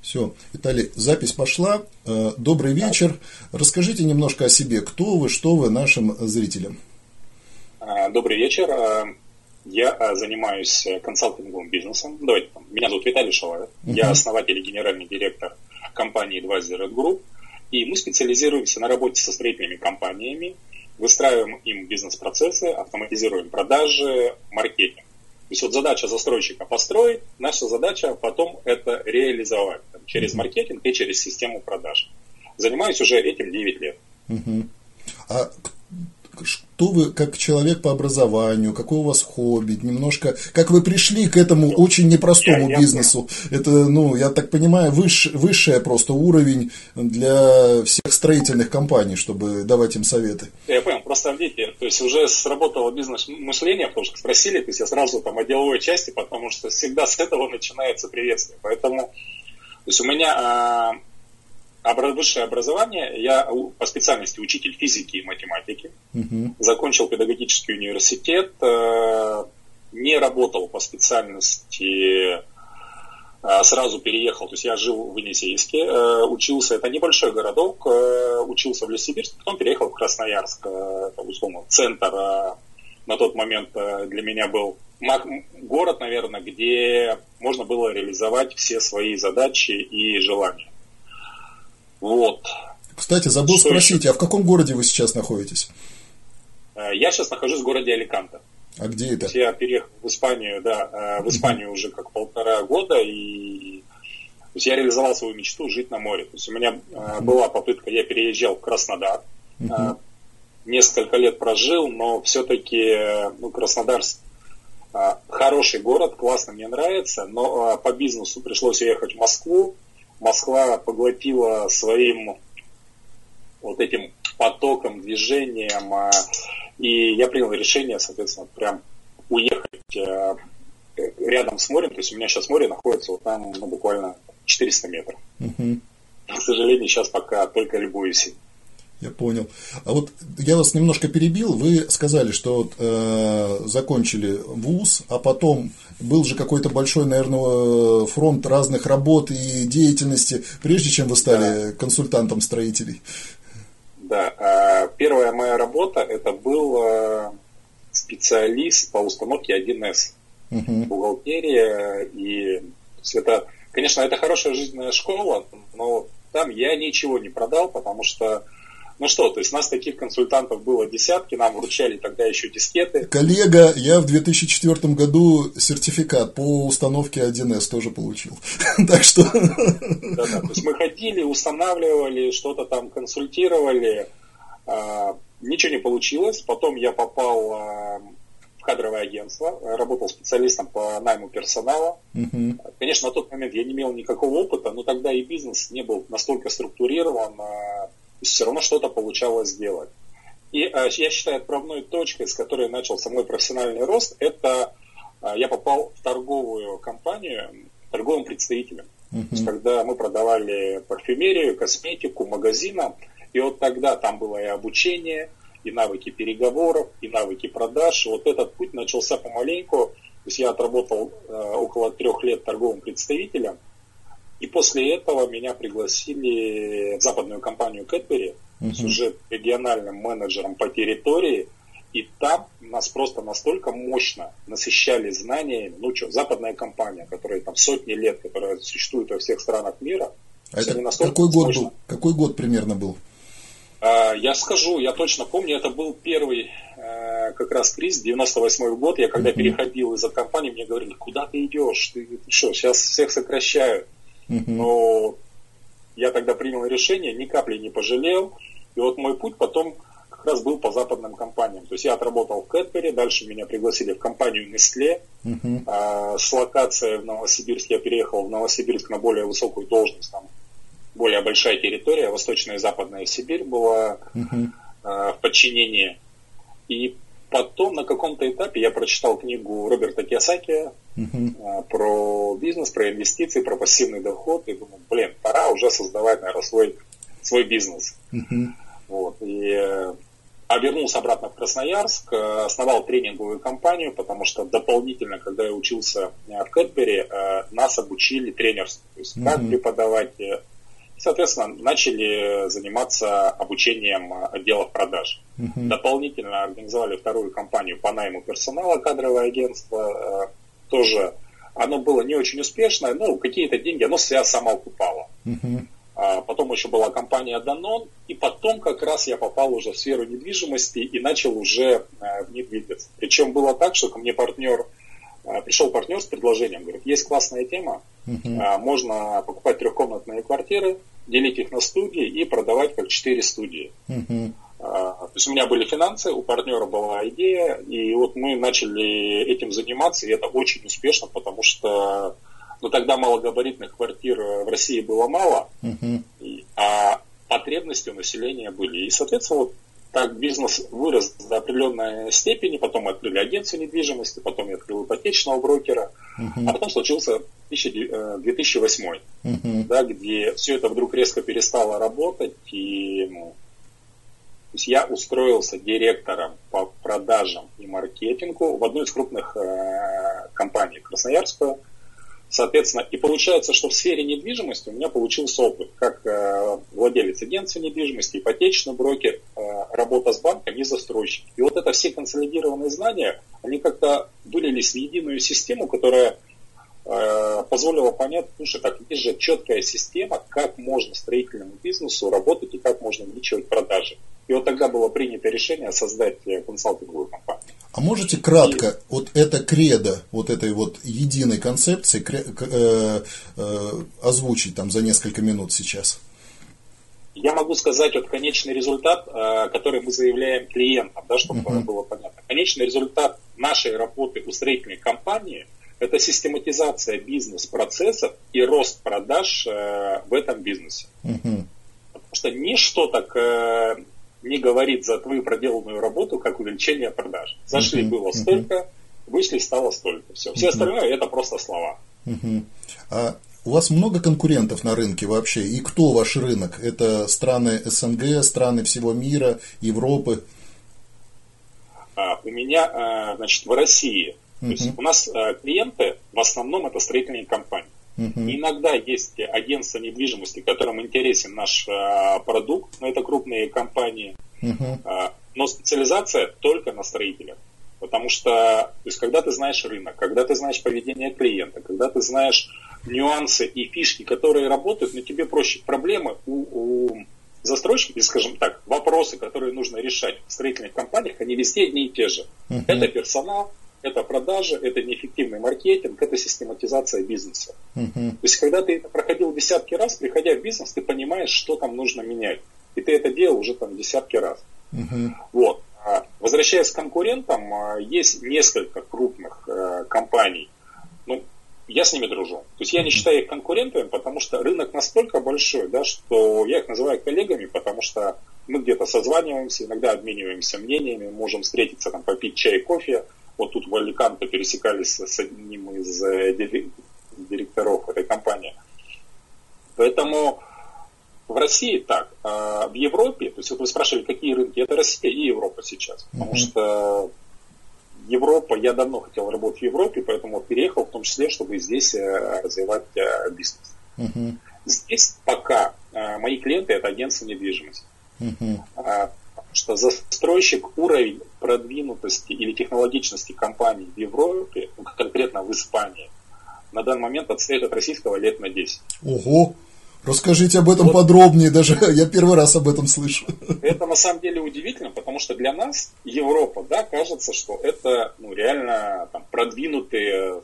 Все, Виталий, запись пошла. Добрый вечер. Расскажите немножко о себе. Кто вы, что вы нашим зрителям? Добрый вечер. Я занимаюсь консалтинговым бизнесом. Меня зовут Виталий Шалаев. Я основатель и генеральный директор компании Advisory Group. И мы специализируемся на работе со строительными компаниями, выстраиваем им бизнес-процессы, автоматизируем продажи, маркетинг. То есть задача застройщика построить, наша задача потом это реализовать через маркетинг и через систему продаж. Занимаюсь уже этим 9 лет. А что вы как человек по образованию, какое у вас хобби, немножко, как вы пришли к этому очень непростому бизнесу? Это, я так понимаю, высший просто уровень для всех строительных компаний, чтобы давать им советы. Я понял, просто видите, то есть уже сработало бизнес-мышление, потому что спросили, то есть я сразу о деловой части, потому что всегда с этого начинается приветствие. Поэтому, то есть у меня высшее образование, я по специальности учитель физики и математики, закончил педагогический университет, не работал по специальности, сразу переехал, то есть я жил в Енисейске, учился, это небольшой городок, учился в Лесосибирске, потом переехал в Красноярск, это, условно, центр, на тот момент для меня был город, наверное, где можно было реализовать все свои задачи и желания. Вот. Кстати, забыл спросить, а в каком городе вы сейчас находитесь? Я сейчас нахожусь в городе Аликанте. А где это? Я переехал в Испанию, в Испанию уже как 1,5 года, и то есть я реализовал свою мечту жить на море. То есть у меня была попытка, я переезжал в Краснодар, несколько лет прожил, но все-таки Краснодар хороший город, классно, мне нравится, но по бизнесу пришлось уехать в Москву. Москва поглотила своим вот этим потоком, движением, и я принял решение, соответственно, прям уехать рядом с морем, то есть у меня сейчас море находится вот там буквально 400 метров. К сожалению, сейчас пока только любуюсь. Я понял. А вот я вас немножко перебил. Вы сказали, что закончили вуз, а потом был же какой-то большой, наверное, фронт разных работ и деятельности, прежде чем вы стали консультантом строителей. Да. Первая моя работа это был специалист по установке 1С. Бухгалтерия. И это, конечно, это хорошая жизненная школа, но там я ничего не продал, потому что то есть нас таких консультантов было десятки, нам вручали тогда еще дискеты. Коллега, я в 2004 году сертификат по установке 1С тоже получил. Так что... Да, то есть мы ходили, устанавливали, что-то там консультировали, ничего не получилось. Потом я попал в кадровое агентство, работал специалистом по найму персонала. Конечно, на тот момент я не имел никакого опыта, но тогда и бизнес не был настолько структурирован, то есть все равно что-то получалось сделать. И я считаю, отправной точкой, с которой начался мой профессиональный рост, это я попал в торговую компанию, торговым представителем. То есть когда мы продавали парфюмерию, косметику, магазинам, и вот тогда там было и обучение, и навыки переговоров, и навыки продаж. И вот этот путь начался помаленьку. То есть я отработал около 3 лет торговым представителем. И после этого меня пригласили в западную компанию Кэтбери, уже региональным менеджером по территории. И там нас просто настолько мощно насыщали знаниями. Западная компания, которая там сотни лет, которая существует во всех странах мира. А это какой год был? Какой год примерно был? Я скажу, я точно помню, это был первый как раз кризис, 98-й год. Я когда переходил из-за компании, мне говорили, куда ты идешь? Ты что, сейчас всех сокращают. Но я тогда принял решение, ни капли не пожалел. И вот мой путь потом как раз был по западным компаниям. То есть я отработал в Кэтбери, дальше меня пригласили в компанию Nestlé. С локацией в Новосибирск я переехал в Новосибирск на более высокую должность. Там более большая территория, Восточная и Западная Сибирь была в подчинении. И потом на каком-то этапе я прочитал книгу Роберта Кийосаки про бизнес, про инвестиции, про пассивный доход. И думаю, пора уже создавать, наверное, свой бизнес. Вот. И А вернулся обратно в Красноярск, основал тренинговую компанию, потому что дополнительно, когда я учился в Кэтбери, нас обучили тренерству, то есть как преподавать. И, соответственно, начали заниматься обучением отделов продаж. Дополнительно организовали вторую компанию по найму персонала, кадровое агентство. Тоже оно было не очень успешное, но какие-то деньги оно себя самоокупало. Потом еще была компания Danone, и потом как раз я попал уже в сферу недвижимости и начал уже в ней двигаться. Причем было так, что ко мне пришел партнер с предложением, говорит, есть классная тема, можно покупать трехкомнатные квартиры, делить их на студии и продавать как 4 студии. То есть у меня были финансы, у партнера была идея, и вот мы начали этим заниматься, и это очень успешно, потому что тогда малогабаритных квартир в России было мало, а потребности у населения были. И, соответственно, вот так бизнес вырос до определенной степени, потом мы открыли агентство недвижимости, потом я открыл ипотечного брокера, а потом случился 2008, да, где все это вдруг резко перестало работать, и то есть я устроился директором по продажам и маркетингу в одну из крупных компаний Красноярска. Соответственно, и получается, что в сфере недвижимости у меня получился опыт, как владелец агентства недвижимости, ипотечный брокер, работа с банком и застройщик. И вот это все консолидированные знания, они как-то вылились в единую систему, которая позволила понять, слушай, так есть же четкая система, как можно строительному бизнесу работать и как можно увеличивать продажи. И вот тогда было принято решение создать консалтинговую компанию. А можете кратко вот это кредо, вот этой вот единой концепции озвучить там за несколько минут сейчас? Я могу сказать вот конечный результат, который мы заявляем клиентам, да, чтобы было понятно. Конечный результат нашей работы у строительной компании – это систематизация бизнес-процессов и рост продаж в этом бизнесе. Потому что ничто так не говорит за твою проделанную работу, как увеличение продаж. Зашли было столько, вышли стало столько. Все остальное это просто слова. А у вас много конкурентов на рынке вообще? И кто ваш рынок? Это страны СНГ, страны всего мира, Европы? У меня, значит, в России. То есть у нас клиенты в основном это строительные компании. Иногда есть агентства недвижимости, которым интересен наш продукт, но это крупные компании. Но специализация только на строителях. Потому что, то есть, когда ты знаешь рынок, когда ты знаешь поведение клиента, когда ты знаешь нюансы и фишки, которые работают, но тебе проще. Проблемы у застройщиков, скажем так, вопросы, которые нужно решать в строительных компаниях, они везде одни и те же. Это персонал, это продажи, это неэффективный маркетинг, это систематизация бизнеса. То есть, когда ты это проходил десятки раз, приходя в бизнес, ты понимаешь, что там нужно менять. И ты это делал уже там десятки раз. Вот. Возвращаясь к конкурентам, есть несколько крупных компаний. Ну, я с ними дружу. То есть я не считаю их конкурентами, потому что рынок настолько большой, да, что я их называю коллегами, потому что мы где-то созваниваемся, иногда обмениваемся мнениями, можем встретиться, там, попить чай, кофе. Вот тут в Аликанте пересекались с одним из директоров этой компании. Поэтому в России так. А в Европе, то есть вот вы спрашивали, какие рынки, это Россия и Европа сейчас. Потому что Европа, я давно хотел работать в Европе, поэтому переехал в том числе, чтобы здесь развивать бизнес. Здесь пока мои клиенты это агентство недвижимости. Что застройщик, уровень продвинутости или технологичности компаний в Европе, конкретно в Испании, на данный момент отстает от российского лет на 10. Ого! Расскажите об этом подробнее, даже я первый раз об этом слышу. Это на самом деле удивительно, потому что для нас Европа, да, кажется, что это реально там, продвинутые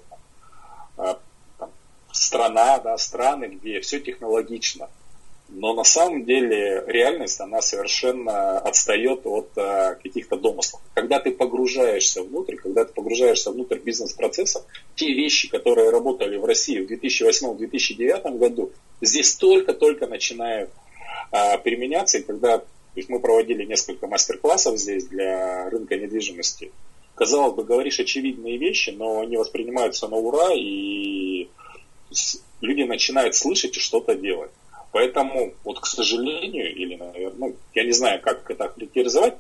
страна, да, страны, где все технологично. Но на самом деле реальность, она совершенно отстает от каких-то домыслов. Когда ты погружаешься внутрь, бизнес-процессов, те вещи, которые работали в России в 2008-2009 году, здесь только-только начинают применяться. И когда мы проводили несколько мастер-классов здесь для рынка недвижимости, казалось бы, говоришь очевидные вещи, но они воспринимаются на ура, и люди начинают слышать и что-то делать. Поэтому, вот, к сожалению, или, наверное, я не знаю, как это характеризовать,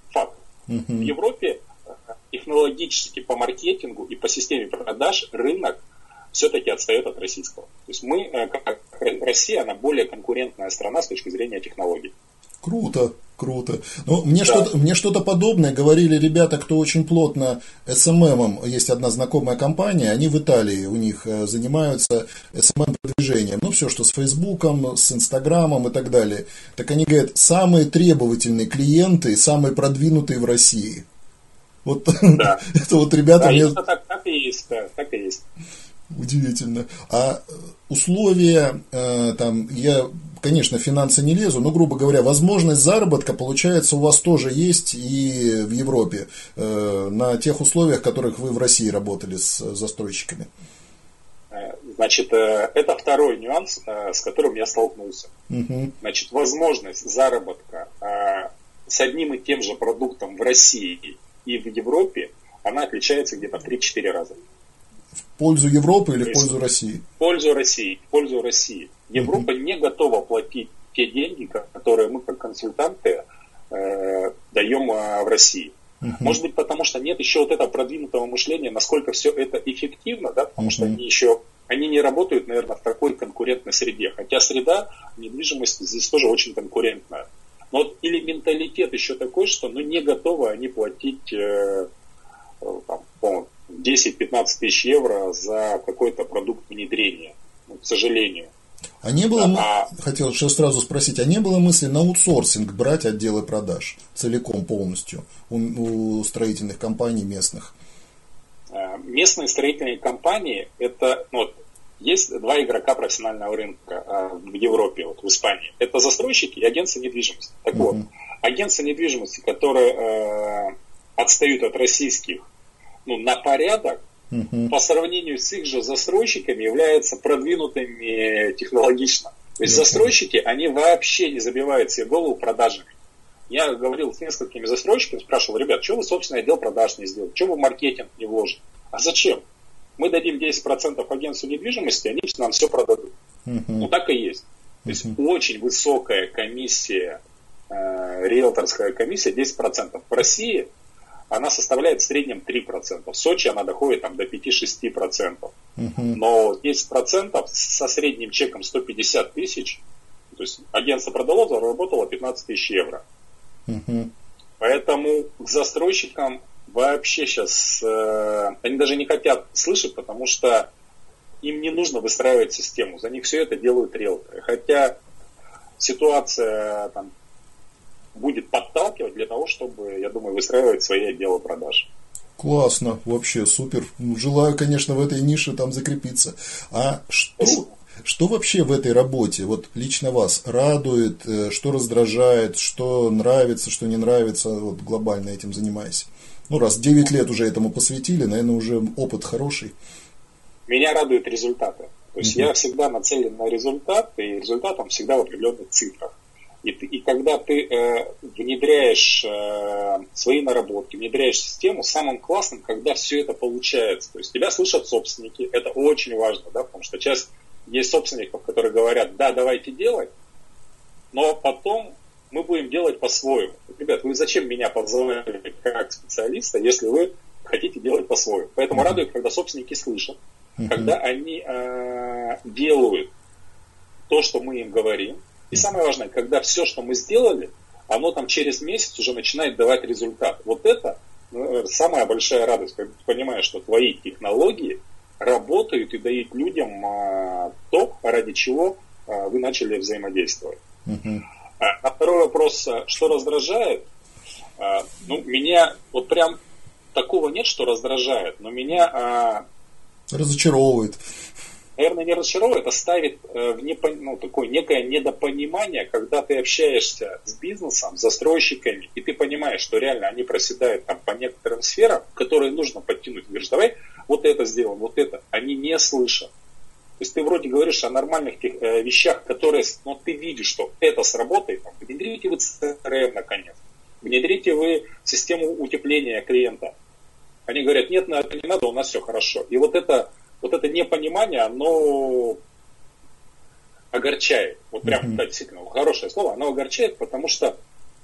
Факт. В Европе технологически по маркетингу и по системе продаж рынок все-таки отстает от российского. То есть мы, как Россия, она более конкурентная страна с точки зрения технологий. Круто, круто. Ну, мне что-то подобное говорили ребята, кто очень плотно SMM, есть одна знакомая компания, они в Италии, у них занимаются SMM-продвижением, ну, все, что с Фейсбуком, с Инстаграмом и так далее. Так они говорят, самые требовательные клиенты, самые продвинутые в России. Вот да. Это вот ребята... Да, так и есть, да, так и есть. Удивительно. А условия, там, я, конечно, в финансы не лезу, но, грубо говоря, возможность заработка, получается, у вас тоже есть и в Европе, на тех условиях, в которых вы в России работали с застройщиками. Значит, это второй нюанс, с которым я столкнулся. Значит, возможность заработка с одним и тем же продуктом в России и в Европе, она отличается где-то в 3-4 раза. В пользу Европы или в пользу России? В пользу России. В пользу России. Европа не готова платить те деньги, которые мы как консультанты даем в России. Может быть, потому что нет еще вот этого продвинутого мышления, насколько все это эффективно, да, потому что они не работают, наверное, в такой конкурентной среде. Хотя среда недвижимости здесь тоже очень конкурентная. Но вот или менталитет еще такой, что не готовы они платить 10-15 тысяч евро за какой-то продукт внедрения, к сожалению. А не было, хотел еще сразу спросить, а не было мысли на аутсорсинг брать отделы продаж целиком, полностью у строительных компаний местных? Местные строительные компании, это, есть два игрока профессионального рынка в Европе, в Испании. Это застройщики и агентства недвижимости. Так вот, агентства недвижимости, которые отстают от российских на порядок, по сравнению с их же застройщиками являются продвинутыми технологично. То есть застройщики, они вообще не забивают себе голову продажами. Я говорил с несколькими застройщиками, спрашивал, ребят, что вы собственный отдел продаж не сделали, что вы в маркетинг не вложите? А зачем? Мы дадим 10% агентству недвижимости, они нам все продадут. Так и есть. То есть очень высокая комиссия, риэлторская комиссия, 10%. В России она составляет в среднем 3%. В Сочи она доходит до 5-6%. Но 10% со средним чеком 150 тысяч, то есть агентство продало, заработало 15 тысяч евро. Поэтому к застройщикам вообще сейчас они даже не хотят слышать, потому что им не нужно выстраивать систему. За них все это делают риэлторы. Хотя ситуация будет подталкивать для того, чтобы, я думаю, выстраивать свои отделы продаж. Классно, вообще супер. Желаю, конечно, в этой нише там закрепиться. А что вообще в этой работе, вот лично вас радует, что раздражает, что нравится, что не нравится, вот глобально этим занимаясь? Раз 9 лет уже этому посвятили, наверное, уже опыт хороший. Меня радуют результаты. То есть я всегда нацелен на результат, и результат он всегда в определенных цифрах. И когда ты внедряешь свои наработки, внедряешь систему, самым классным, когда все это получается. То есть тебя слышат собственники, это очень важно, да, потому что есть собственников, которые говорят, да, давайте делать, но потом мы будем делать по-своему. Ребят, вы зачем меня позвали как специалиста, если вы хотите делать по-своему? Поэтому радует, когда собственники слышат, когда они делают то, что мы им говорим. И самое важное, когда все, что мы сделали, оно через месяц уже начинает давать результат. Вот это самая большая радость, когда ты понимаешь, что твои технологии работают и дают людям то, ради чего вы начали взаимодействовать. А второй вопрос, что раздражает? Меня прям такого нет, что раздражает, но меня... разочаровывает. Наверное, не разочаровывает, а ставит в такое некое недопонимание, когда ты общаешься с бизнесом, с застройщиками, и ты понимаешь, что реально они проседают по некоторым сферам, которые нужно подтянуть. Ты говоришь, давай вот это сделаем, вот это. Они не слышат. То есть ты вроде говоришь о нормальных вещах, которые, ты видишь, что это сработает. Внедрите вы CRM наконец. Внедрите вы систему утепления клиента. Они говорят, нет, это не надо, у нас все хорошо. И вот это непонимание, оно огорчает. Вот прям, действительно, хорошее слово, оно огорчает, потому что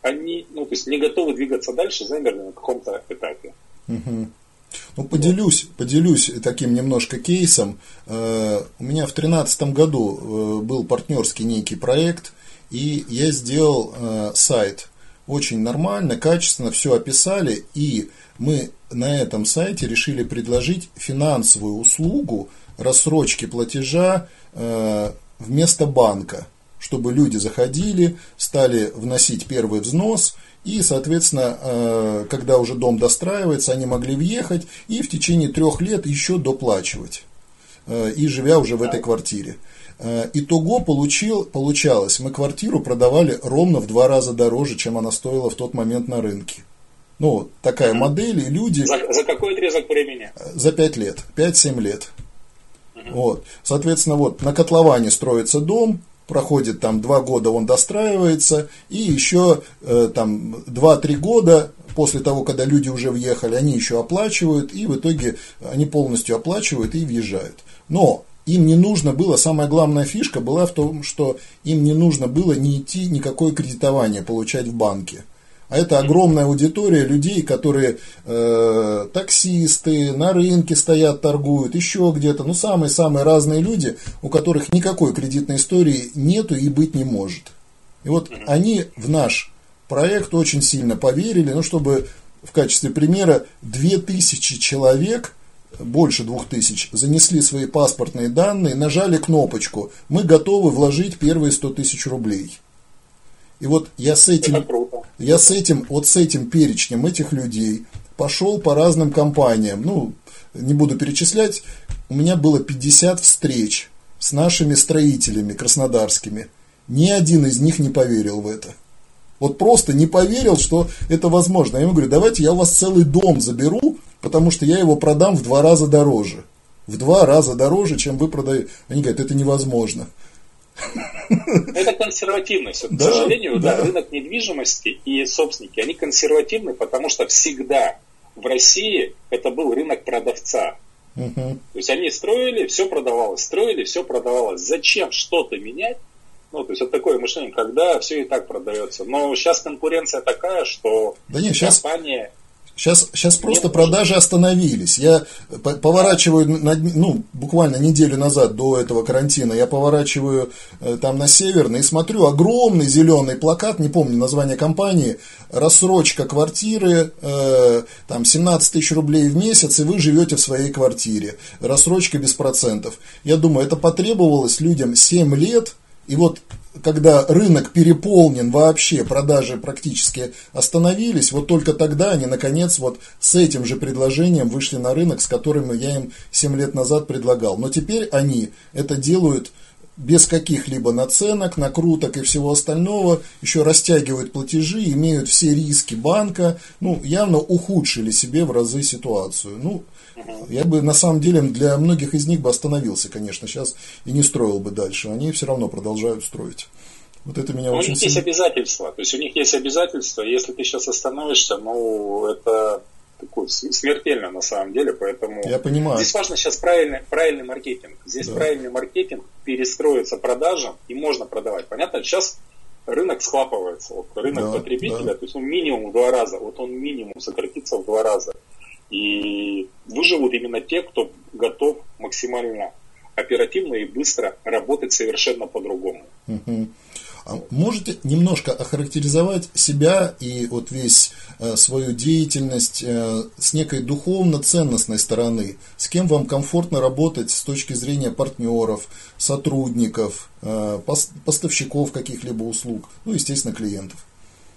они, ну, то есть не готовы двигаться дальше, замерли на каком-то этапе. Угу. Ну, поделюсь таким немножко кейсом. У меня в 2013 году был партнерский некий проект, и я сделал сайт. Очень нормально, качественно все описали, и мы на этом сайте решили предложить финансовую услугу рассрочки платежа вместо банка, чтобы люди заходили, стали вносить первый взнос, и, соответственно, когда уже дом достраивается, они могли въехать и в течение 3 лет еще доплачивать, и живя уже в этой квартире. Итого получалось, мы квартиру продавали ровно в 2 раза дороже, чем она стоила в тот момент на рынке. Ну, такая модель, и люди... За какой отрезок времени? За 5 лет, 5-7 лет. Вот. Соответственно, вот на котловане строится дом, проходит там 2 года, он достраивается, и еще там 2-3 года после того, когда люди уже въехали, они еще оплачивают, и в итоге они полностью оплачивают и въезжают. Но им не нужно было, самая главная фишка была в том, что им не нужно было не идти никакое кредитование получать в банке. А это огромная аудитория людей, которые таксисты, на рынке стоят, торгуют, еще где-то. Ну, самые-самые разные люди, у которых никакой кредитной истории нету и быть не может. И вот они в наш проект очень сильно поверили. Ну, чтобы в качестве примера 2000 человек, больше 2000, занесли свои паспортные данные, нажали кнопочку «Мы готовы вложить первые 100 тысяч рублей». И вот я с этим перечнем этих людей пошел по разным компаниям. Ну, не буду перечислять. У меня было 50 встреч с нашими строителями краснодарскими. Ни один из них не поверил в это. Вот просто не поверил, что это возможно. Я ему говорю, давайте я у вас целый дом заберу, потому что я его продам в 2 раза дороже. В 2 раза дороже, чем вы продаете. Они говорят, это невозможно. Это консервативность. К сожалению, рынок недвижимости и собственники, они консервативны, потому что всегда в России это был рынок продавца. То есть они строили, все продавалось, Зачем что-то менять? Ну, то есть вот такое мышление, когда все и так продается. Но сейчас конкуренция такая, что компания... Сейчас просто продажи остановились. Я поворачиваю, буквально неделю назад до этого карантина, я поворачиваю там на Северный и смотрю огромный зеленый плакат, не помню название компании, рассрочка квартиры, там 17 тысяч рублей в месяц, и вы живете в своей квартире. Рассрочка без процентов. Я думаю, это потребовалось людям 7 лет. И вот когда рынок переполнен вообще, продажи практически остановились, вот только тогда они наконец вот с этим же предложением вышли на рынок, с которым я им 7 лет назад предлагал. Но теперь они это делают без каких-либо наценок, накруток и всего остального, еще растягивают платежи, имеют все риски банка, явно ухудшили себе в разы ситуацию. Я бы на самом деле для многих из них бы остановился, конечно, сейчас и не строил бы дальше. Они все равно продолжают строить. Вот это меня очень сильно... У них есть обязательства. То есть у них есть обязательства. Если ты сейчас остановишься, это такое смертельно на самом деле. Поэтому я понимаю. Здесь важно сейчас правильный маркетинг. Здесь правильный маркетинг, перестроиться продажам, и можно продавать. Понятно? Сейчас рынок схлапывается. Вот рынок потребителя, то есть он минимум в 2 раза. Вот он минимум сократится в 2 раза. И выживут именно те, кто готов максимально оперативно и быстро работать совершенно по-другому. А можете немножко охарактеризовать себя и вот весь свою деятельность с некой духовно-ценностной стороны? С кем вам комфортно работать с точки зрения партнеров, сотрудников, поставщиков каких-либо услуг, естественно, клиентов?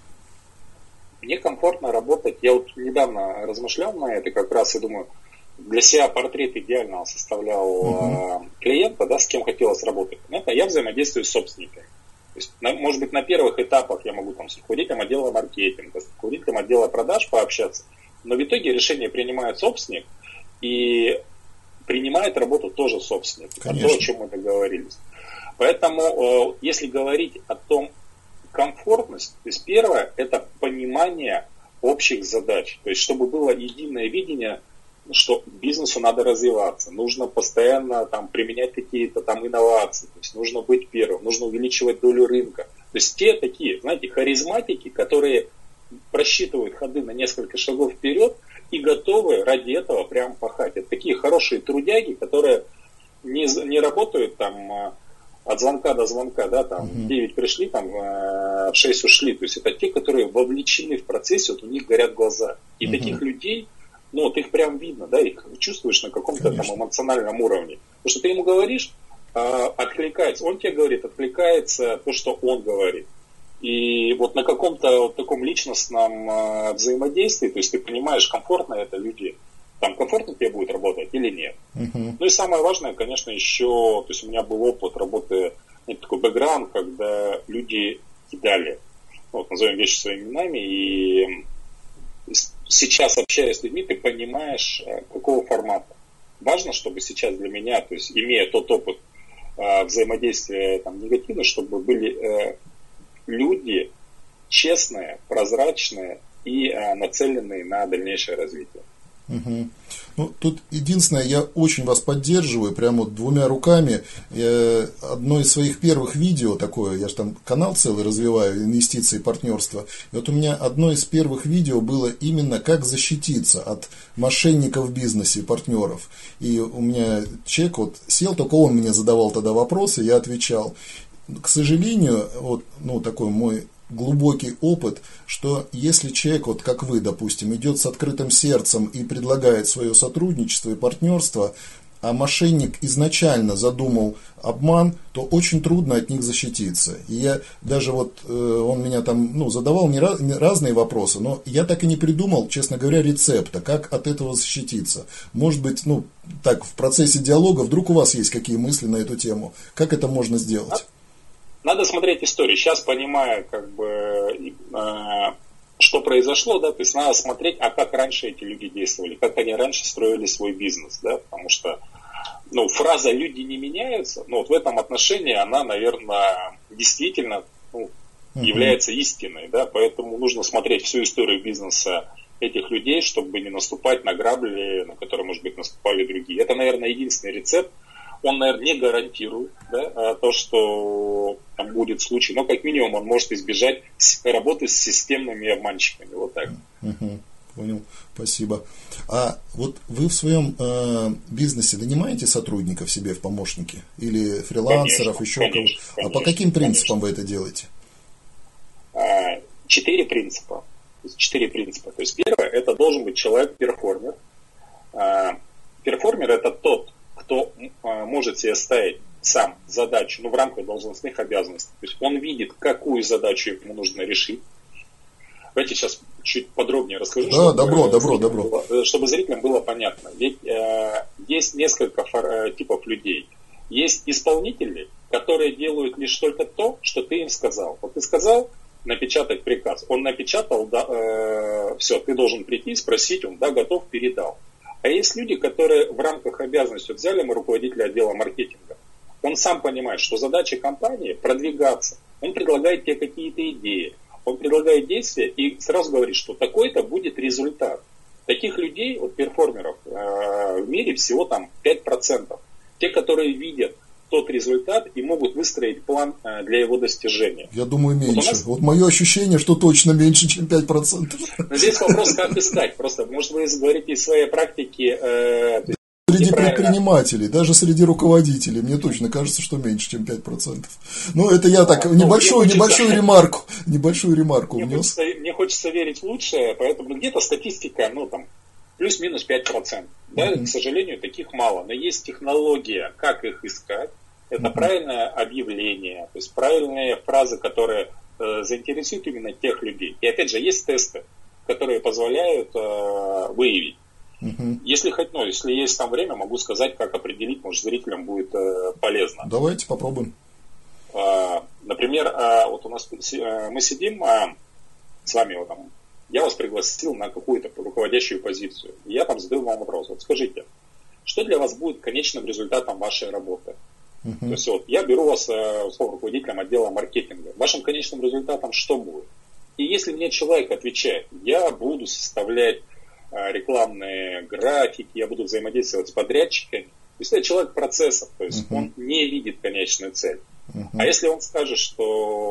Мне комфортно работать. Я вот недавно размышлял на это как раз и думаю, для себя портрет идеального составлял клиента, с кем хотелось работать. Понятно? Я взаимодействую с собственниками. То есть, может быть, на первых этапах я могу с руководителем отдела маркетинга, с руководителем отдела продаж пообщаться, но в итоге решение принимает собственник, и принимает работу тоже собственник. Конечно. То, о чем мы договорились. Поэтому, если говорить о том, комфортность, то есть первое, это понимание общих задач. То есть, чтобы было единое видение, что бизнесу надо развиваться, нужно постоянно применять какие-то инновации, то есть нужно быть первым, нужно увеличивать долю рынка, То есть те такие, знаете, харизматики, которые просчитывают ходы на несколько шагов вперед и готовы ради этого прям пахать. Это такие хорошие трудяги, которые не работают там от звонка до звонка, да, там, в 9 пришли, там, в 6 ушли. То есть это те, которые вовлечены в процессе, вот у них горят глаза. И таких людей, ну, вот их прям видно, да, их чувствуешь на каком-то там эмоциональном уровне. Потому что ты ему говоришь, откликается, он тебе говорит, откликается то, что он говорит. И вот на каком-то вот таком личностном взаимодействии, то есть ты понимаешь, комфортно это люди, там комфортно тебе будет работать или нет. Ну и самое важное, конечно, еще, то есть у меня был опыт работы, такой бэкграунд, когда люди кидали, вот, назовем вещи своими именами, и сейчас, общаясь с людьми, ты понимаешь, какого формата. Важно, чтобы сейчас для меня, то есть имея тот опыт взаимодействия там, негативно, чтобы были люди честные, прозрачные и нацеленные на дальнейшее развитие. Ну, тут единственное, я очень вас поддерживаю, прямо вот двумя руками. Одно из своих первых видео такое, я же там канал целый развиваю, инвестиции, партнерства. И вот у меня одно из первых видео было именно как защититься от мошенников в бизнесе, партнеров. И у меня человек вот сел, только он мне задавал тогда вопросы, я отвечал. К сожалению, вот, ну, такой мой глубокий опыт, что если человек, вот как вы, допустим, идет с открытым сердцем и предлагает свое сотрудничество и партнерство, а мошенник изначально задумал обман, то очень трудно от них защититься. И я даже вот, он меня там, ну, задавал разные вопросы, но я так и не придумал, честно говоря, рецепта, как от этого защититься. Может быть, ну, так, в процессе диалога вдруг у вас есть какие мысли на эту тему, как это можно сделать? Надо смотреть историю. Сейчас понимая, как бы, что произошло, да, то есть надо смотреть, а как раньше эти люди действовали, как они раньше строили свой бизнес, да, потому что, ну, фраза «люди не меняются», ну, вот в этом отношении она, наверное, действительно, ну, является истиной, да, поэтому нужно смотреть всю историю бизнеса этих людей, чтобы не наступать на грабли, на которые, может быть, наступали другие. Это, наверное, единственный рецепт. Он, наверное, не гарантирует, да, то, что там будет случай, но как минимум он может избежать работы с системными обманщиками. Вот так. Понял, спасибо. А вот вы в своем бизнесе нанимаете сотрудников себе в помощники? Или фрилансеров, еще кого-то? А по каким принципам вы это делаете? 4 принципа. 4 принципа. То есть первое, это должен быть человек-перформер. Перформер это тот, кто может себе ставить сам задачу, ну, в рамках должностных обязанностей. То есть он видит, какую задачу ему нужно решить. Давайте сейчас чуть подробнее расскажу, да, добро. Чтобы зрителям было понятно. Ведь есть несколько типов людей. Есть исполнители, которые делают лишь только то, что ты им сказал. Вот ты сказал напечатать приказ. Он напечатал, да, все, ты должен прийти, спросить, он, да, готов, передал. А есть люди, которые в рамках обязанностей, вот взяли мы руководителя отдела маркетинга, он сам понимает, что задача компании продвигаться. Он предлагает тебе какие-то идеи, он предлагает действия и сразу говорит, что такой-то будет результат. Таких людей, вот перформеров, в мире всего там 5%. Те, которые видят тот результат и могут выстроить план для его достижения. Я думаю, меньше. Вот мое ощущение, что точно меньше, чем 5%. Но здесь вопрос, как искать. Просто, может, вы говорите из своей практики... Среди предпринимателей, даже среди руководителей, мне точно кажется, что меньше, чем 5%. Ну, это я так, небольшую ремарку внес. Мне хочется верить в лучшее, поэтому где-то статистика, ну, там, плюс-минус 5%. Да, к сожалению, таких мало. Но есть технология, как их искать. Это правильное объявление, то есть правильные фразы, которые заинтересуют именно тех людей. И опять же, есть тесты, которые позволяют выявить. Если есть там время, могу сказать, как определить, может, зрителям будет полезно. Давайте попробуем. Например, вот у нас мы сидим с вами, вот, там, я вас пригласил на какую-то руководящую позицию. И я там задаю вам вопрос. Вот скажите, что для вас будет конечным результатом вашей работы? То есть вот я беру вас условно руководителем отдела маркетинга. Вашим конечным результатом что будет? И если мне человек отвечает, я буду составлять рекламные графики, я буду взаимодействовать с подрядчиками. То есть это человек процессов, то есть он не видит конечную цель. А если он скажет, что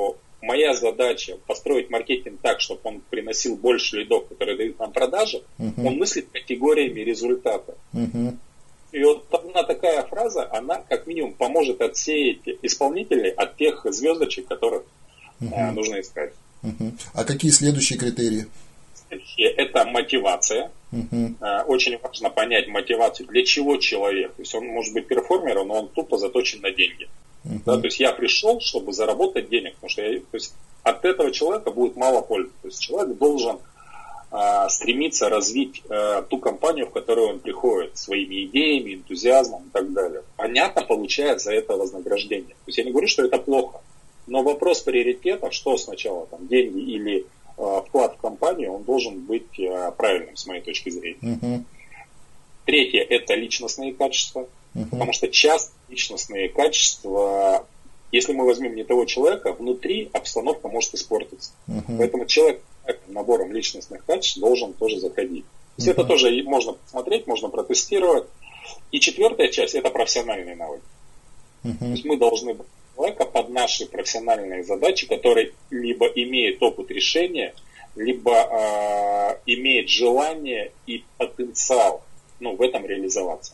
моя задача построить маркетинг так, чтобы он приносил больше лидов, которые дают нам продажи, он мыслит категориями результата. И вот одна такая фраза, она как минимум поможет отсеять исполнителей от тех звездочек, которых нужно искать. А какие следующие критерии? Это мотивация. Очень важно понять мотивацию, для чего человек. То есть он может быть перформером, но он тупо заточен на деньги. Да, то есть я пришел, чтобы заработать денег, потому что то есть от этого человека будет мало пользы. То есть человек должен стремиться развить ту компанию, в которую он приходит, своими идеями, энтузиазмом и так далее. Понятно, получает за это вознаграждение. То есть я не говорю, что это плохо, но вопрос приоритетов, что сначала, там, деньги или вклад в компанию, он должен быть правильным, с моей точки зрения. Третье – это личностные качества, потому что часто личностные качества, если мы возьмем не того человека, внутри обстановка может испортиться. Поэтому человек с набором личностных качеств должен тоже заходить. То есть это тоже можно посмотреть, можно протестировать. И четвертая часть – это профессиональные навыки. То есть мы должны человека под наши профессиональные задачи, который либо имеет опыт решения, либо имеет желание и потенциал в этом реализоваться.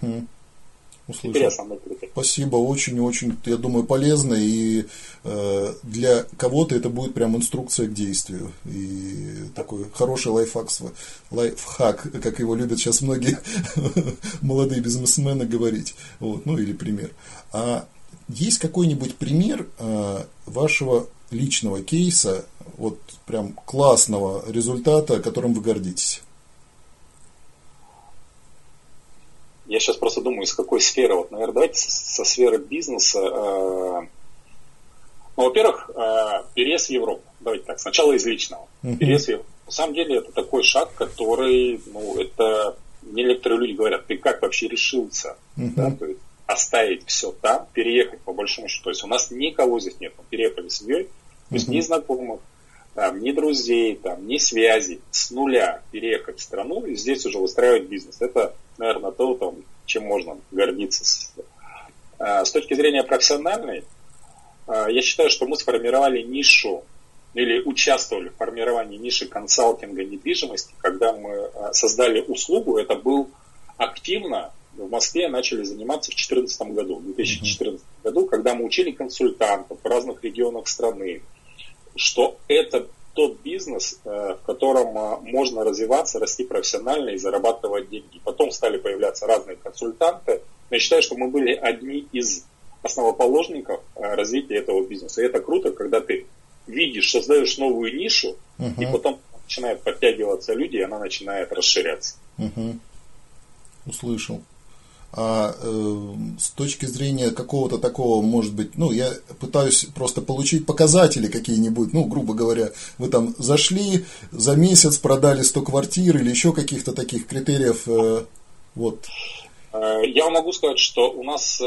Спасибо, очень-очень, я думаю, полезно, и для кого-то это будет прям инструкция к действию, и такой хороший лайфхак, как его любят сейчас многие молодые бизнесмены говорить, вот, или пример. А есть какой-нибудь пример вашего личного кейса, вот прям классного результата, которым вы гордитесь? Я сейчас просто думаю, из какой сферы. Вот, наверное, давайте со сферы бизнеса. Во-первых, переезд в Европу. Давайте так, сначала из личного. Переезд в Европу. На самом деле это такой шаг, который, это мне некоторые люди говорят, ты как вообще решился? Да? То есть оставить все там, переехать по большому счету. То есть у нас никого здесь нет. Мы переехали с семьей, то есть ни знакомых, ни друзей, ни связей, с нуля переехать в страну и здесь уже выстраивать бизнес. Это, наверное, то, чем можно гордиться. С точки зрения профессиональной, я считаю, что мы сформировали нишу или участвовали в формировании ниши консалтинга недвижимости, когда мы создали услугу. Это был активно в Москве начали заниматься в 2014 году, когда мы учили консультантов в разных регионах страны, что это тот бизнес, в котором можно развиваться, расти профессионально и зарабатывать деньги. Потом стали появляться разные консультанты. Но я считаю, что мы были одни из основоположников развития этого бизнеса. И это круто, когда ты видишь, создаешь новую нишу, и потом начинают подтягиваться люди, и она начинает расширяться. Услышал. А с точки зрения какого-то такого, может быть, я пытаюсь просто получить показатели какие-нибудь, грубо говоря, вы там зашли, за месяц продали 100 квартир или еще каких-то таких критериев, вот. Я вам могу сказать, что у нас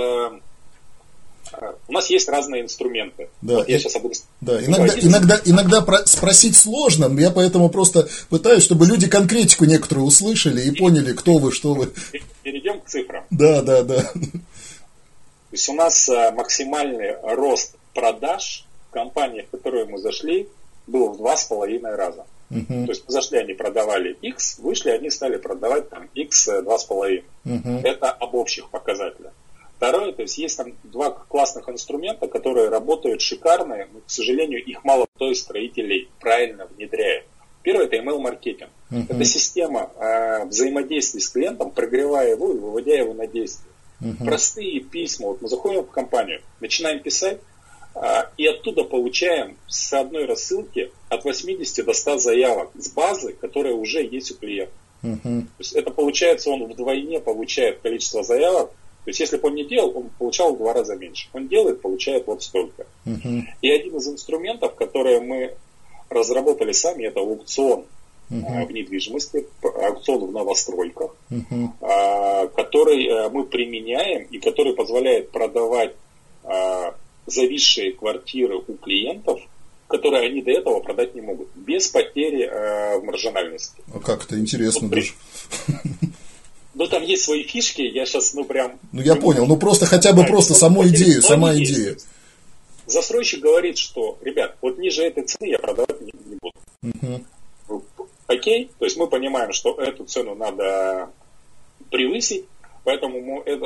есть разные инструменты. Да, вот я сейчас буду... Да, иногда спросить сложно, я поэтому просто пытаюсь, чтобы люди конкретику некоторую услышали и поняли, кто вы, что вы. Перейдем к цифрам. Да. То есть у нас максимальный рост продаж в компаниях, в которые мы зашли, был в 2,5 раза. То есть мы зашли, они продавали X, вышли, они стали продавать X 2,5. Это об общих показателях. Второе, то есть там два классных инструмента, которые работают шикарно, но, к сожалению, их мало кто из строителей правильно внедряет. Первое – это email-маркетинг. Это система взаимодействия с клиентом, прогревая его и выводя его на действие. Простые письма. Вот мы заходим в компанию, начинаем писать, и оттуда получаем с одной рассылки от 80 до 100 заявок с базы, которая уже есть у клиента. То есть это получается, он вдвойне получает количество заявок. То есть, если бы он не делал, он получал в 2 раза меньше. Он делает, получает вот столько. И один из инструментов, которые мы разработали сами, это аукцион в недвижимости, аукцион в новостройках, который мы применяем и который позволяет продавать зависшие квартиры у клиентов, которые они до этого продать не могут, без потери в маржинальности. А как это интересно даже. Там есть свои фишки, я сейчас, прям... я понял, просто хотя бы просто саму идею, сама идея. застройщик говорит, что, ребят, вот ниже этой цены я продавать не буду. Окей, то есть мы понимаем, что эту цену надо превысить, поэтому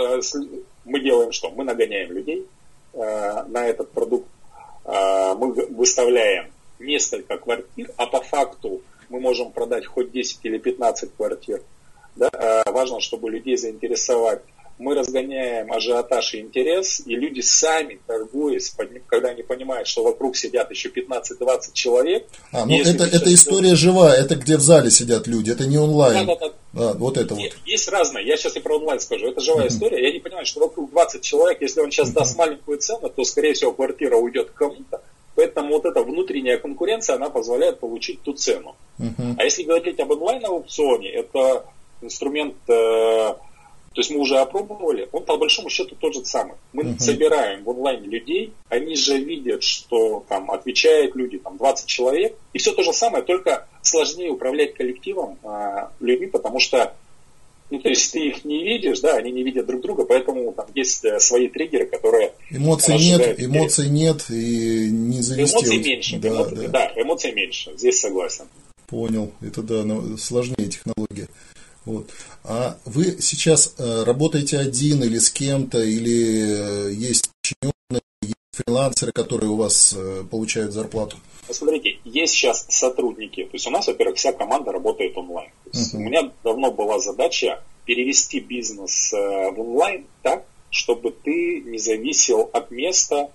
мы делаем что? Мы нагоняем людей на этот продукт, мы выставляем несколько квартир, а по факту мы можем продать хоть 10 или 15 квартир. Да? Важно, чтобы людей заинтересовать. Мы разгоняем ажиотаж и интерес, и люди сами, торгуясь, когда они понимают, что вокруг сидят еще 15-20 человек. Это история живая, это где в зале сидят люди, это не онлайн. Да. Вот это вот. Есть разное, я сейчас и про онлайн скажу, это живая история, я не понимаю, что вокруг 20 человек, если он сейчас даст маленькую цену, то, скорее всего, квартира уйдет к кому-то, поэтому вот эта внутренняя конкуренция, она позволяет получить ту цену. А если говорить об онлайн-аукционе, это инструмент... То есть мы уже опробовали, он по большому счету тот же самый. Мы собираем в онлайне людей, они же видят, что там отвечают люди, там 20 человек, и все то же самое, только сложнее управлять коллективом людьми, потому что, то есть ты их не видишь, да, они не видят друг друга, поэтому там есть свои триггеры, которые... Эмоций нет, и не завести... Эмоций меньше, эмоций меньше, здесь согласен. Понял, это сложнее технология. Вот. А вы сейчас работаете один или с кем-то, или есть подчиненные, есть фрилансеры, которые у вас получают зарплату? Смотрите, есть сейчас сотрудники. То есть у нас, во-первых, вся команда работает онлайн. То есть у меня давно была задача перевести бизнес в онлайн так, чтобы ты не зависел от места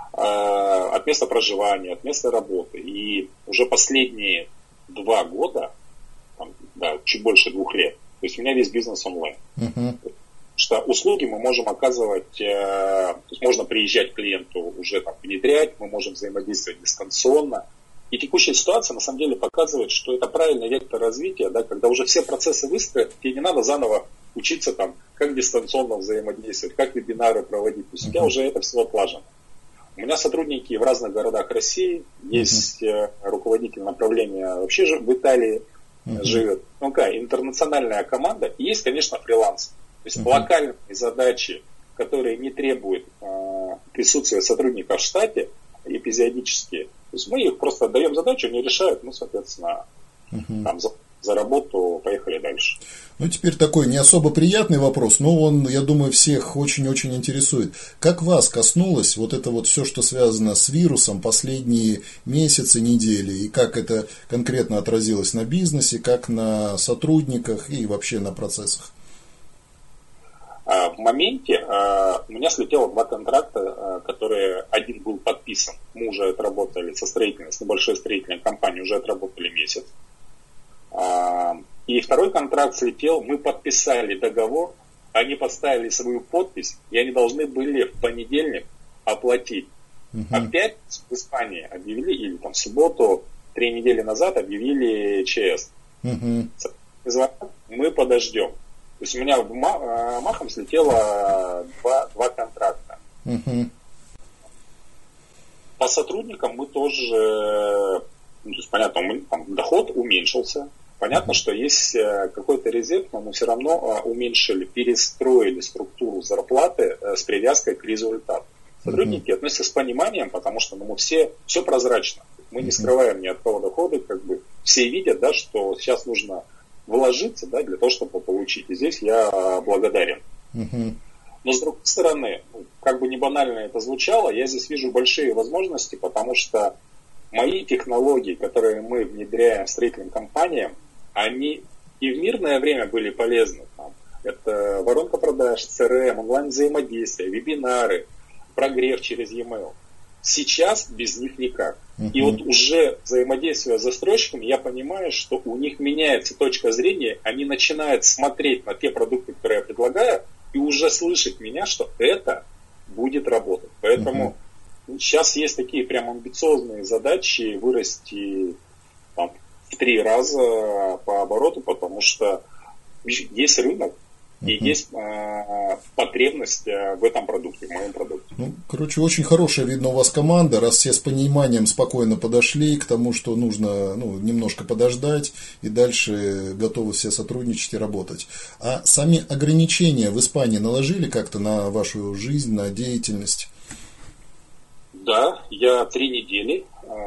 проживания, от места работы. И уже последние 2 года, чуть больше 2 лет, то есть у меня весь бизнес онлайн. Что услуги мы можем оказывать, то есть можно приезжать к клиенту уже там внедрять, мы можем взаимодействовать дистанционно. И текущая ситуация на самом деле показывает, что это правильный вектор развития, да, когда уже все процессы выстроены, тебе не надо заново учиться там, как дистанционно взаимодействовать, как вебинары проводить. То есть у тебя уже это все отлажено. У меня сотрудники в разных городах России, есть руководитель направления вообще же в Италии живет. Интернациональная команда. И есть, конечно, фриланс. То есть локальные задачи, которые не требуют присутствия сотрудника в штате, эпизодические. То есть мы их просто отдаем задачу, они решают, соответственно, там, за работу поехали дальше. Теперь такой не особо приятный вопрос, но он, я думаю, всех очень-очень интересует. Как вас коснулось вот это вот все, что связано с вирусом последние месяцы, недели, и как это конкретно отразилось на бизнесе, как на сотрудниках и вообще на процессах? В моменте у меня слетело 2 контракта, которые один был подписан. Мы уже отработали с небольшой строительной компанией, уже отработали месяц. И второй контракт слетел, мы подписали договор, они поставили свою подпись, и они должны были в понедельник оплатить. Опять в Испании объявили, или там в субботу, 3 недели назад объявили ЧС. Мы подождем. То есть у меня махом слетело 2 контракта. По сотрудникам мы тоже, то есть, понятно, доход уменьшился. Понятно, что есть какой-то резерв, но мы все равно уменьшили, перестроили структуру зарплаты с привязкой к результату. Сотрудники относятся с пониманием, потому что мы все прозрачно. Мы не скрываем ни от кого доходы, все видят, да, что сейчас нужно вложиться, да, для того, чтобы получить. И здесь я благодарен. Но с другой стороны, как бы не банально это звучало, я здесь вижу большие возможности, потому что мои технологии, которые мы внедряем строительным компаниям, они и в мирное время были полезны. Это воронка продаж, CRM, онлайн-взаимодействие, вебинары, прогрев через e-mail. Сейчас без них никак. И вот уже взаимодействуя с застройщиками, я понимаю, что у них меняется точка зрения, они начинают смотреть на те продукты, которые я предлагаю, и уже слышать меня, что это будет работать. Поэтому сейчас есть такие прям амбициозные задачи вырасти там, в 3 раза по обороту, потому что есть рынок и есть потребность в этом продукте, в моем продукте. Очень хорошая, видно, у вас команда, раз все с пониманием спокойно подошли к тому, что нужно немножко подождать, и дальше готовы все сотрудничать и работать. А сами ограничения в Испании наложили как-то на вашу жизнь, на деятельность? Да, я 3 недели.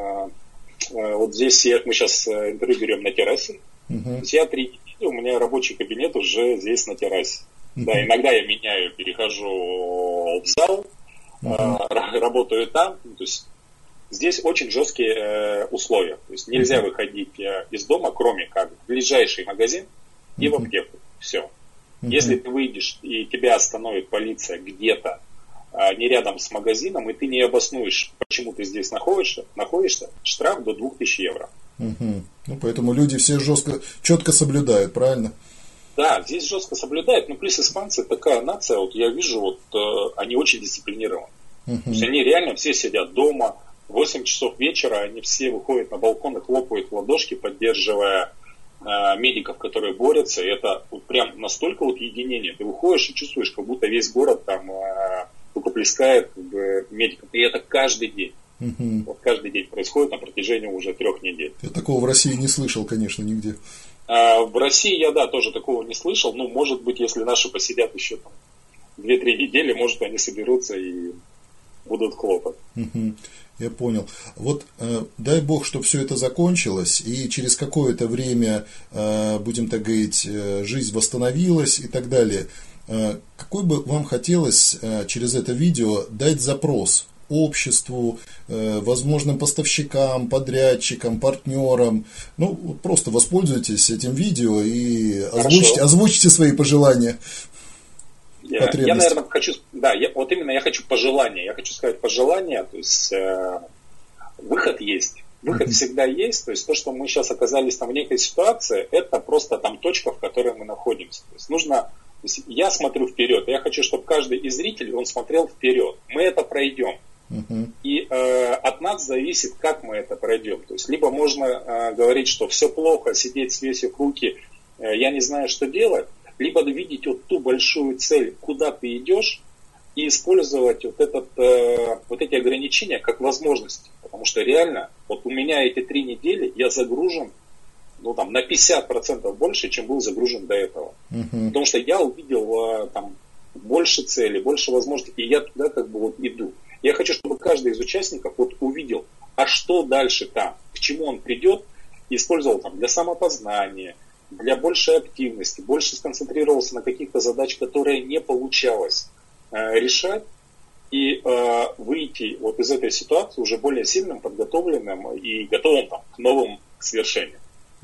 Вот здесь мы сейчас интервью берем на террасе. То есть я 3 недели, у меня рабочий кабинет уже здесь на террасе. Да, иногда я меняю, перехожу в зал, работаю там. То есть здесь очень жесткие условия. То есть нельзя выходить из дома, кроме как в ближайший магазин и в аптеку. Все. Если ты выйдешь и тебя остановит полиция где-то не рядом с магазином, и ты не обоснуешь, почему ты здесь находишься, штраф до 2000 евро. Ну, поэтому люди все четко соблюдают, правильно? Да, здесь жестко соблюдают, но плюс испанцы такая нация, вот я вижу, вот они очень дисциплинированы. То есть они реально все сидят дома, в 8 часов вечера они все выходят на балкон и хлопают в ладошки, поддерживая медиков, которые борются. И это вот прям настолько вот единение. Ты выходишь и чувствуешь, как будто весь город там рукоплескает медикам. И это каждый день. Вот каждый день происходит на протяжении уже 3 недель. Я такого в России не слышал, конечно, нигде. В России я, да, тоже такого не слышал. Ну, может быть, если наши посидят еще там 2-3 недели, может, они соберутся и будут хлопать. Я понял. Вот дай бог, чтобы все это закончилось, и через какое-то время, будем так говорить, жизнь восстановилась и так далее. Какой бы вам хотелось через это видео дать запрос обществу, возможным поставщикам, подрядчикам, партнерам? Ну, просто воспользуйтесь этим видео и озвучьте свои пожелания. Я, наверное, хочу, да, я хочу пожелания. Я хочу сказать пожелания, то есть выход есть. Выход всегда есть. То есть то, что мы сейчас оказались там в некой ситуации, это просто там точка, в которой мы находимся. То есть я смотрю вперед. Я хочу, чтобы каждый из зрителей, он смотрел вперед. Мы это пройдем. И от нас зависит, как мы это пройдем. То есть либо можно говорить, что все плохо, сидеть свесив руки, я не знаю, что делать. Либо видеть вот ту большую цель, куда ты идешь, и использовать вот эти ограничения как возможности. Потому что реально, вот у меня эти 3 недели я загружен на 50% больше, чем был загружен до этого. Потому что я увидел там больше целей, больше возможностей, и я туда иду. Я хочу, чтобы каждый из участников увидел, а что дальше там, к чему он придет, и использовал там для самопознания, для большей активности, больше сконцентрировался на каких-то задачах, которые не получалось решать, и выйти вот из этой ситуации уже более сильным, подготовленным и готовым к новым свершениям.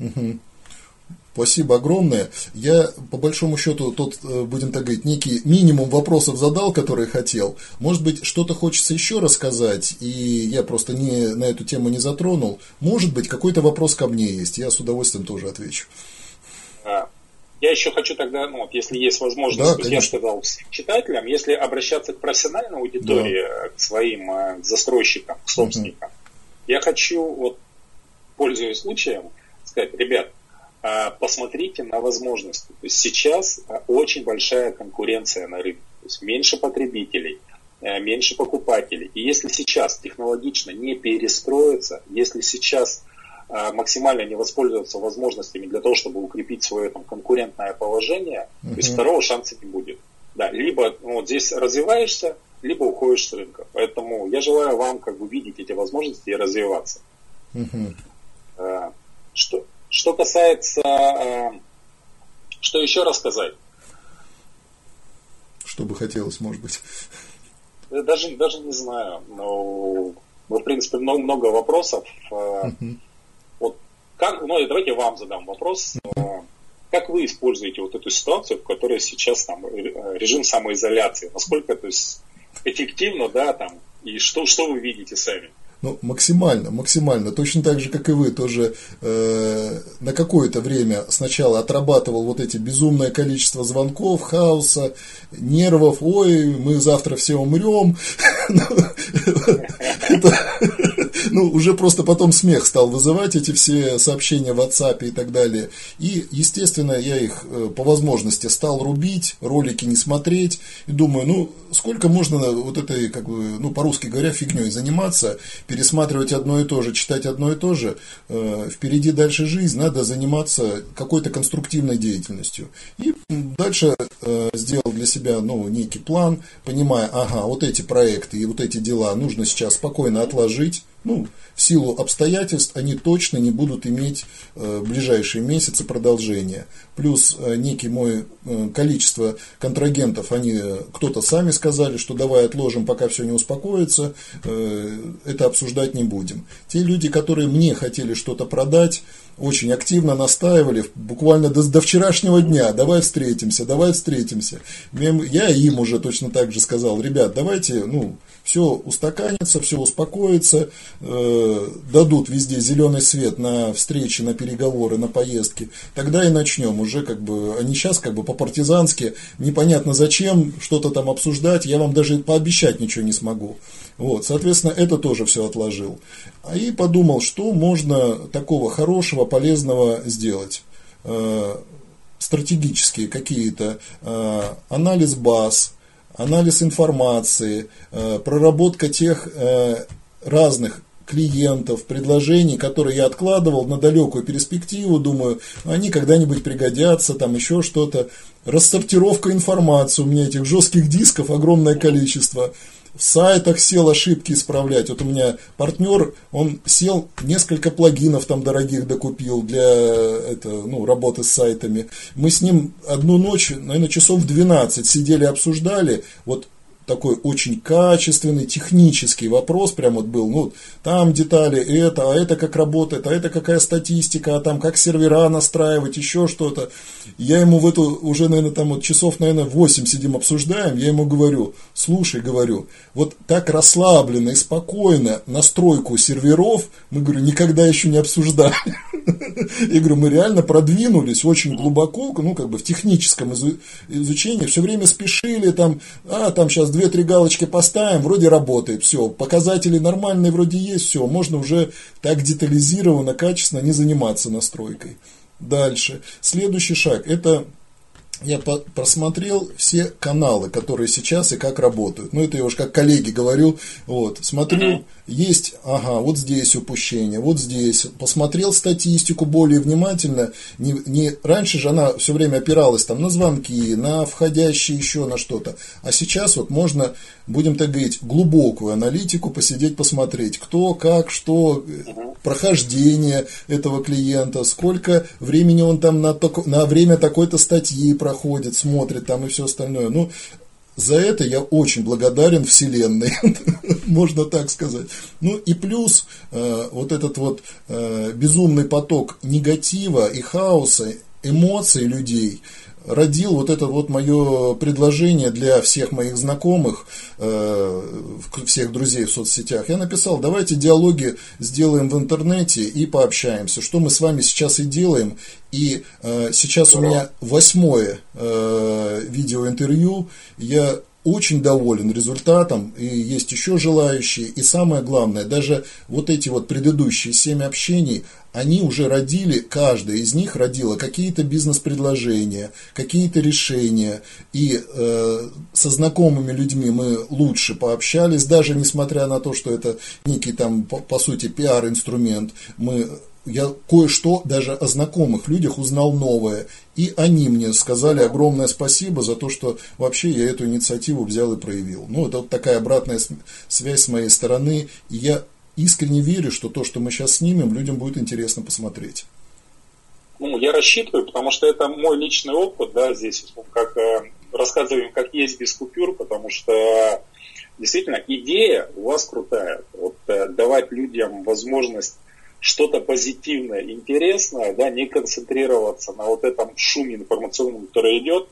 Спасибо огромное. Я, по большому счету, будем так говорить, некий минимум вопросов задал, которые хотел. Может быть, что-то хочется еще рассказать, и я просто на эту тему не затронул. Может быть, какой-то вопрос ко мне есть, я с удовольствием тоже отвечу. Я еще хочу тогда, если есть возможность, да, я сказал всем читателям, если обращаться к профессиональной аудитории, да, к своим застройщикам, к собственникам, я хочу, пользуясь случаем, сказать, ребят, посмотрите на возможности. То есть сейчас очень большая конкуренция на рынке, то есть меньше потребителей, меньше покупателей. И если сейчас технологично не перестроиться, если сейчас максимально не воспользоваться возможностями для того, чтобы укрепить свое конкурентное положение, то есть второго шанса не будет. Да, либо здесь развиваешься, либо уходишь с рынка. Поэтому я желаю вам видеть эти возможности и развиваться. Что касается... Что еще рассказать? Что бы хотелось, может быть. Даже не знаю. Но, в принципе, много вопросов. Давайте я вам задам вопрос. Как вы используете эту ситуацию, в которой сейчас режим самоизоляции? Насколько эффективно, да, и что вы видите сами? Максимально. Точно так же, как и вы, тоже на какое-то время сначала отрабатывал эти безумное количество звонков, хаоса, нервов. Ой, мы завтра все умрем. Ну, уже просто потом смех стал вызывать эти все сообщения в WhatsApp и так далее. И, естественно, я их по возможности стал рубить, ролики не смотреть. И думаю, ну, сколько можно вот этой, как бы, ну, по-русски говоря, фигней заниматься, пересматривать одно и то же, читать одно и то же. Впереди дальше жизнь, надо заниматься какой-то конструктивной деятельностью. И дальше сделал для себя, ну, некий план, понимая, ага, вот эти проекты и вот эти дела нужно сейчас спокойно отложить. Ну, в силу обстоятельств они точно не будут иметь в ближайшие месяцы продолжения. Плюс некий мой количество контрагентов, они кто-то сами сказали, что давай отложим, пока все не успокоится, это обсуждать не будем. Те люди, которые мне хотели что-то продать, очень активно настаивали, буквально до вчерашнего дня, давай встретимся. Я им уже точно так же сказал, ребят, давайте, ну, все устаканится, все успокоится, дадут везде зеленый свет на встречи, на переговоры, на поездки, тогда и начнем уже, как бы, а не сейчас, как бы, по-партизански, непонятно зачем что-то там обсуждать, я вам даже пообещать ничего не смогу. Вот, соответственно, это тоже все отложил. И подумал, что можно такого хорошего, полезного сделать. Стратегические какие-то, анализ баз, анализ информации, проработка тех разных клиентов, предложений, которые я откладывал на далекую перспективу, думаю, они когда-нибудь пригодятся, там еще что-то. Рассортировка информации, у меня этих жестких дисков огромное количество. В сайтах сел ошибки исправлять. Вот у меня партнер, он сел, несколько плагинов там дорогих докупил для работы с сайтами. Мы с ним одну ночь, наверное, часов 12 сидели, обсуждали. Вот такой очень качественный технический вопрос прям вот был. Ну, там детали, а это как работает, а это какая статистика, а там как сервера настраивать, еще что-то. Я ему в эту уже, наверное, там вот часов, наверное, 8 сидим, обсуждаем. Я ему говорю, слушай, говорю, вот так расслабленно и спокойно настройку серверов мы, говорю, никогда еще не обсуждали. Я говорю, мы реально продвинулись очень глубоко, ну, как бы в техническом изучении, все время спешили, там сейчас 2-3 галочки поставим, вроде работает, все, показатели нормальные вроде есть, все, можно уже так детализированно, качественно не заниматься настройкой. Дальше. Следующий шаг, это я просмотрел все каналы, которые сейчас и как работают. Ну, это я уж как коллеги говорю. Вот, смотрю, есть, вот здесь упущение, вот здесь. Посмотрел статистику более внимательно. Раньше же она все время опиралась там на звонки, на входящие еще на что-то. А сейчас вот можно, будем так говорить, глубокую аналитику посидеть, посмотреть, кто, как, что, прохождение этого клиента, сколько времени он там на время такой-то статьи проходит, смотрит там и все остальное. Ну, за это я очень благодарен Вселенной, можно так сказать. Ну и плюс вот этот вот безумный поток негатива и хаоса, эмоций людей родил вот это вот мое предложение для всех моих знакомых, всех друзей в соцсетях. Я написал, давайте диалоги сделаем в интернете и пообщаемся, что мы с вами сейчас и делаем. И сейчас у меня 8-е видеоинтервью, я очень доволен результатом, и есть еще желающие, и самое главное, даже вот эти вот предыдущие 7 общений, они уже родили, каждая из них родила какие-то бизнес-предложения, какие-то решения, и со знакомыми людьми мы лучше пообщались, даже несмотря на то, что это некий там, по сути, пиар-инструмент, я кое-что даже о знакомых людях узнал новое. И они мне сказали огромное спасибо за то, что вообще я эту инициативу взял и проявил. Ну, это вот такая обратная связь с моей стороны. И я искренне верю, что то, что мы сейчас снимем, людям будет интересно посмотреть. Ну, я рассчитываю, потому что это мой личный опыт, да, здесь как рассказываем, как есть без купюр, потому что действительно идея у вас крутая. Вот давать людям возможность что-то позитивное, интересное, да, не концентрироваться на вот этом шуме информационном, который идет.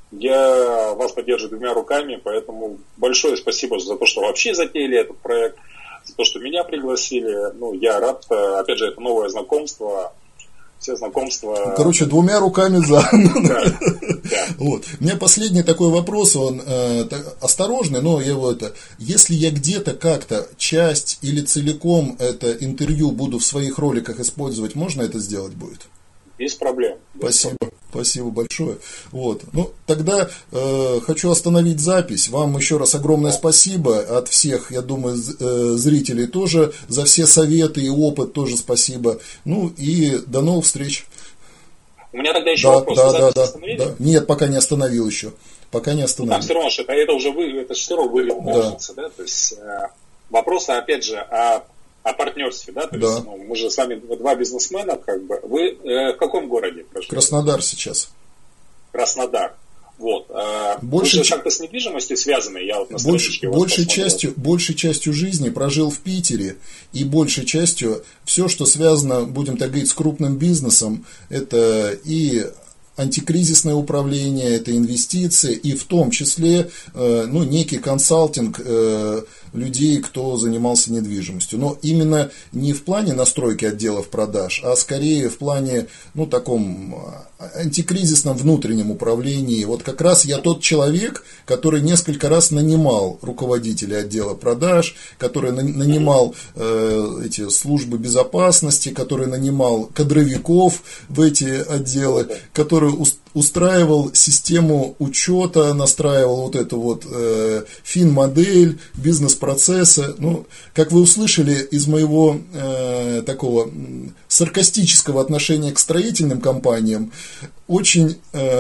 Я вас поддерживаю 2 руками, поэтому большое спасибо за то, что вообще затеяли этот проект, за то, что меня пригласили. Ну, я рад, опять же, это новое знакомство. все знакомства. Короче, двумя руками за. Да. Вот. У меня последний такой вопрос, он осторожный, но если я где-то как-то часть или целиком это интервью буду в своих роликах использовать, можно это сделать будет? Без проблем. Спасибо большое. Вот. Ну, тогда хочу остановить запись. Вам еще раз огромное спасибо от всех, я думаю, зрителей тоже, за все советы и опыт тоже спасибо. Ну и до новых встреч. У меня тогда еще вопрос. Да. Нет, пока не остановил еще. Пока не остановил. Там все равно, это уже это все равно вывел ножницы, да? То есть вопросы, опять же, о партнерстве, да? То есть, мы же с вами два бизнесмена, как бы. Вы в каком городе? Краснодар сейчас. Краснодар. Вот. Вы же как-то с недвижимостью связаны, я вот на страничке большей частью жизни прожил в Питере, и большей частью все, что связано, будем так говорить, с крупным бизнесом, это и антикризисное управление, это инвестиции, и в том числе некий консалтинг людей, кто занимался недвижимостью. Но именно не в плане настройки отделов продаж, а скорее в плане таком антикризисном внутреннем управлении. Вот как раз я тот человек, который несколько раз нанимал руководителей отдела продаж, который нанимал эти службы безопасности, который нанимал кадровиков в эти отделы, который устраивал систему учета, настраивал вот эту фин-модель, бизнес-процессы. Как вы услышали из моего такого саркастического отношения к строительным компаниям, очень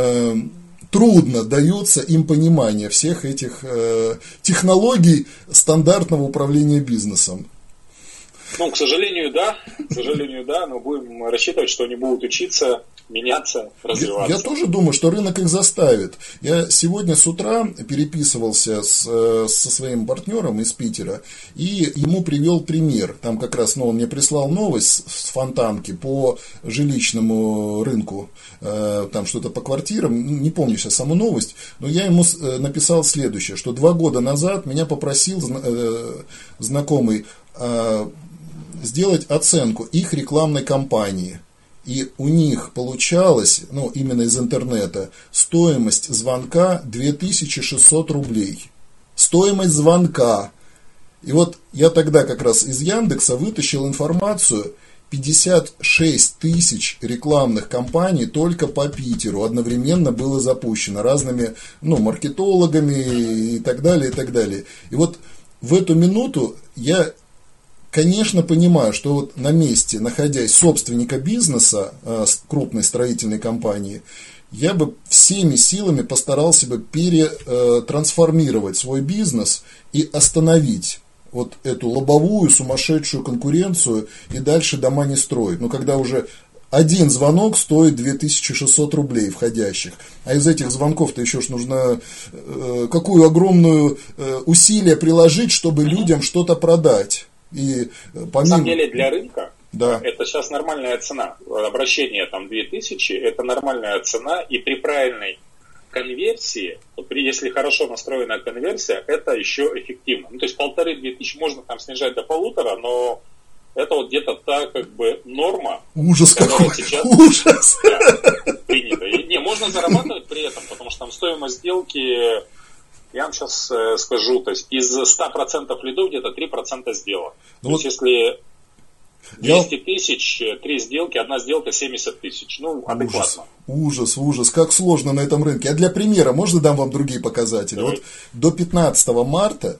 трудно дается им понимание всех этих технологий стандартного управления бизнесом. К сожалению, да, но будем рассчитывать, что они будут учиться, меняться, развиваться. Я тоже думаю, что рынок их заставит. Я сегодня с утра переписывался со своим партнером из Питера, и ему привел пример. Там как раз он мне прислал новость с Фонтанки по жилищному рынку, там что-то по квартирам, не помню сейчас саму новость, но я ему написал следующее, что 2 года назад меня попросил знакомый сделать оценку их рекламной кампании. И у них получалось, именно из интернета, стоимость звонка 2600 рублей. Стоимость звонка. И вот я тогда как раз из Яндекса вытащил информацию: 56 тысяч рекламных кампаний только по Питеру одновременно было запущено разными маркетологами и так далее, и так далее. И вот в эту минуту я, конечно, понимаю, что на месте, находясь собственника бизнеса, крупной строительной компании, я бы всеми силами постарался бы перетрансформировать свой бизнес и остановить вот эту лобовую сумасшедшую конкуренцию и дальше дома не строить. Когда уже один звонок стоит 2600 рублей входящих, а из этих звонков-то еще ж нужно какую огромную усилие приложить, чтобы людям что-то продать. И на самом деле для рынка это сейчас нормальная цена. Обращение 2000 это нормальная цена, и при правильной конверсии, если хорошо настроенная конверсия, это еще эффективно. То есть 1500-2000 можно снижать до 1500, но это где-то та норма. Ужас какой! Сейчас, ужас! Принято. И можно зарабатывать при этом, потому что стоимость сделки, я вам сейчас скажу, то есть из 100% лидов где-то 3% сделок. То есть если 200 тысяч, 3 сделки, одна сделка 70 тысяч. Адекватно. Ужас, как сложно на этом рынке. А для примера, можно дам вам другие показатели? Давай. Вот до 15 марта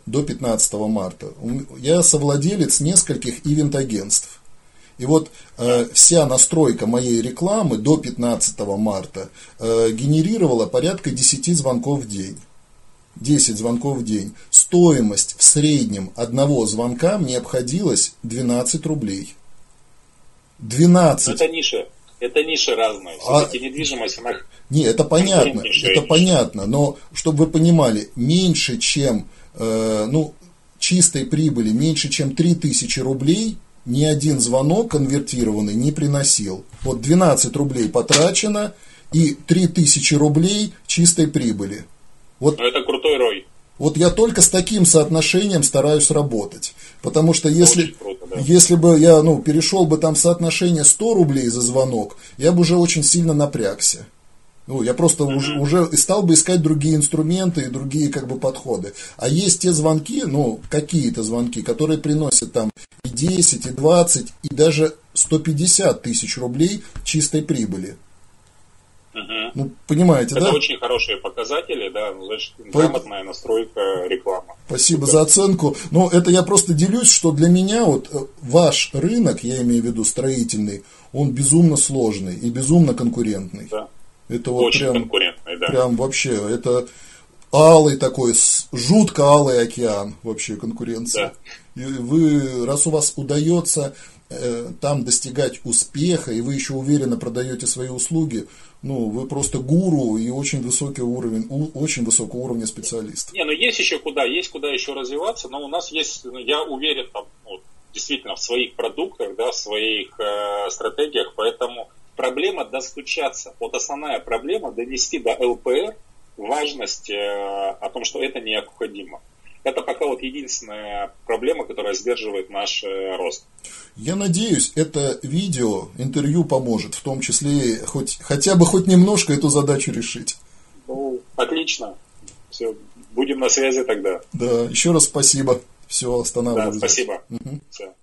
я совладелец нескольких ивент-агентств. И вот вся настройка моей рекламы до 15 марта генерировала порядка 10 звонков в день. 10 звонков в день. Стоимость в среднем одного звонка мне обходилась 12 рублей. 12. Это ниши разные. Все-таки недвижимость, она... Не, это понятно, но чтобы вы понимали, меньше чем, чистой прибыли, меньше чем 3000 рублей ни один звонок конвертированный не приносил. Вот 12 рублей потрачено и 3000 рублей чистой прибыли. Но это крутой рой. Вот я только с таким соотношением стараюсь работать. Потому что если... Очень круто, да. Если бы я, перешел бы там в соотношение 100 рублей за звонок, я бы уже очень сильно напрягся. Я просто уже стал бы искать другие инструменты и другие подходы. А есть те звонки, какие-то звонки, которые приносят там и 10, и 20, и даже 150 тысяч рублей чистой прибыли. Понимаете, это да? Это очень хорошие показатели, да, значит, грамотная настройка рекламы. Спасибо за оценку. Это я просто делюсь, что для меня ваш рынок, я имею в виду строительный, он безумно сложный и безумно конкурентный. Да. Это очень конкурентный, да. Прям вообще, это алый такой, жутко алый океан вообще конкуренция. Да. И раз у вас удается там достигать успеха, и вы еще уверенно продаете свои услуги, вы просто гуру и очень высокого уровня специалист. Есть куда еще развиваться, но у нас есть, я уверен, действительно в своих продуктах, да, в своих стратегиях, поэтому проблема достучаться. Основная проблема донести до ЛПР важность о том, что это необходимо. Это пока единственная проблема, которая сдерживает наш рост. Я надеюсь, это видео, интервью поможет, в том числе хотя бы немножко эту задачу решить. Отлично. Все, будем на связи тогда. Да, еще раз спасибо. Все, останавливаюсь. Да, спасибо. Угу. Все.